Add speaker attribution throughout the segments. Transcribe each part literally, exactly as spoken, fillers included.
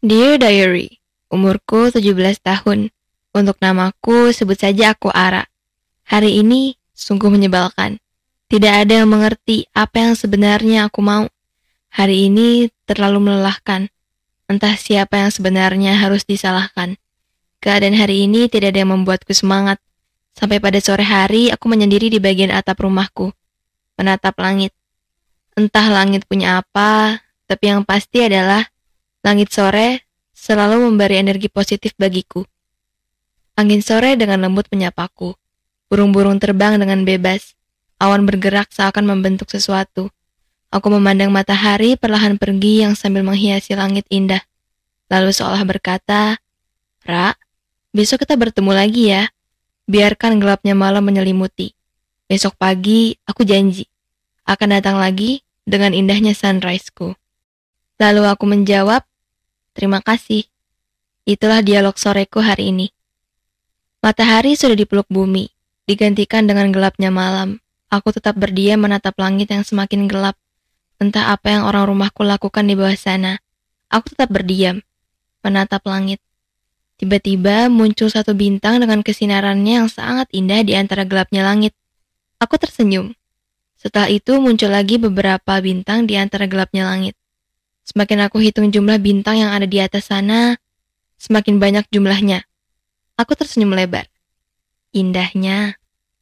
Speaker 1: Dear Diary, umurku tujuh belas tahun. Untuk namaku, sebut saja aku Ara. Hari ini sungguh menyebalkan. Tidak ada yang mengerti apa yang sebenarnya aku mau. Hari ini terlalu melelahkan. Entah siapa yang sebenarnya harus disalahkan. Keadaan hari ini tidak ada yang membuatku semangat. Sampai pada sore hari, aku menyendiri di bagian atap rumahku, menatap langit. Entah langit punya apa, tapi yang pasti adalah langit sore selalu memberi energi positif bagiku. Angin sore dengan lembut menyapaku. Burung-burung terbang dengan bebas. Awan bergerak seakan membentuk sesuatu. Aku memandang matahari perlahan pergi yang sambil menghiasi langit indah. Lalu seolah berkata, "Ra, besok kita bertemu lagi ya. Biarkan gelapnya malam menyelimuti. Besok pagi, aku janji, akan datang lagi dengan indahnya sunrise-ku." Lalu aku menjawab, "Terima kasih." Itulah dialog soreku hari ini. Matahari sudah dipeluk bumi, digantikan dengan gelapnya malam. Aku tetap berdiam menatap langit yang semakin gelap. Entah apa yang orang rumahku lakukan di bawah sana. Aku tetap berdiam, menatap langit. Tiba-tiba muncul satu bintang dengan kesinarannya yang sangat indah di antara gelapnya langit. Aku tersenyum. Setelah itu muncul lagi beberapa bintang di antara gelapnya langit. Semakin aku hitung jumlah bintang yang ada di atas sana, semakin banyak jumlahnya. Aku tersenyum lebar. Indahnya.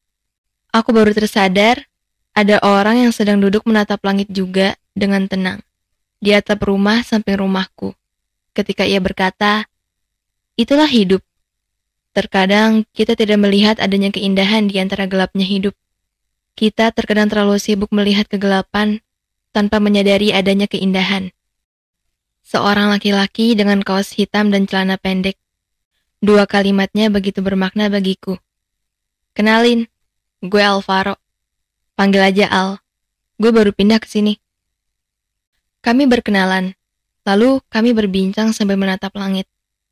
Speaker 1: Aku baru tersadar, ada orang yang sedang duduk menatap langit juga dengan tenang, di atap rumah samping rumahku. Ketika ia berkata, "Itulah hidup." Terkadang kita tidak melihat adanya keindahan di antara gelapnya hidup. Kita terkadang terlalu sibuk melihat kegelapan tanpa menyadari adanya keindahan. Seorang laki-laki dengan kaos hitam dan celana pendek. Dua kalimatnya begitu bermakna bagiku. "Kenalin, gue Alvaro. Panggil aja Al. Gue baru pindah ke sini." Kami berkenalan, lalu kami berbincang sambil menatap langit.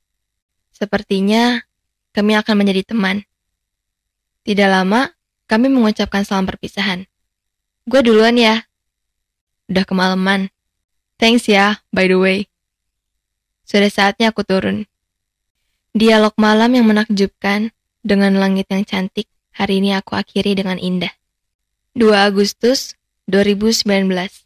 Speaker 1: Sepertinya kami akan menjadi teman. Tidak lama, kami mengucapkan salam perpisahan. "Gue duluan ya. Udah kemalaman. Thanks ya, by the way." Sudah saatnya aku turun. Dialog malam yang menakjubkan dengan langit yang cantik, hari ini aku akhiri dengan indah. dua Agustus dua ribu sembilan belas.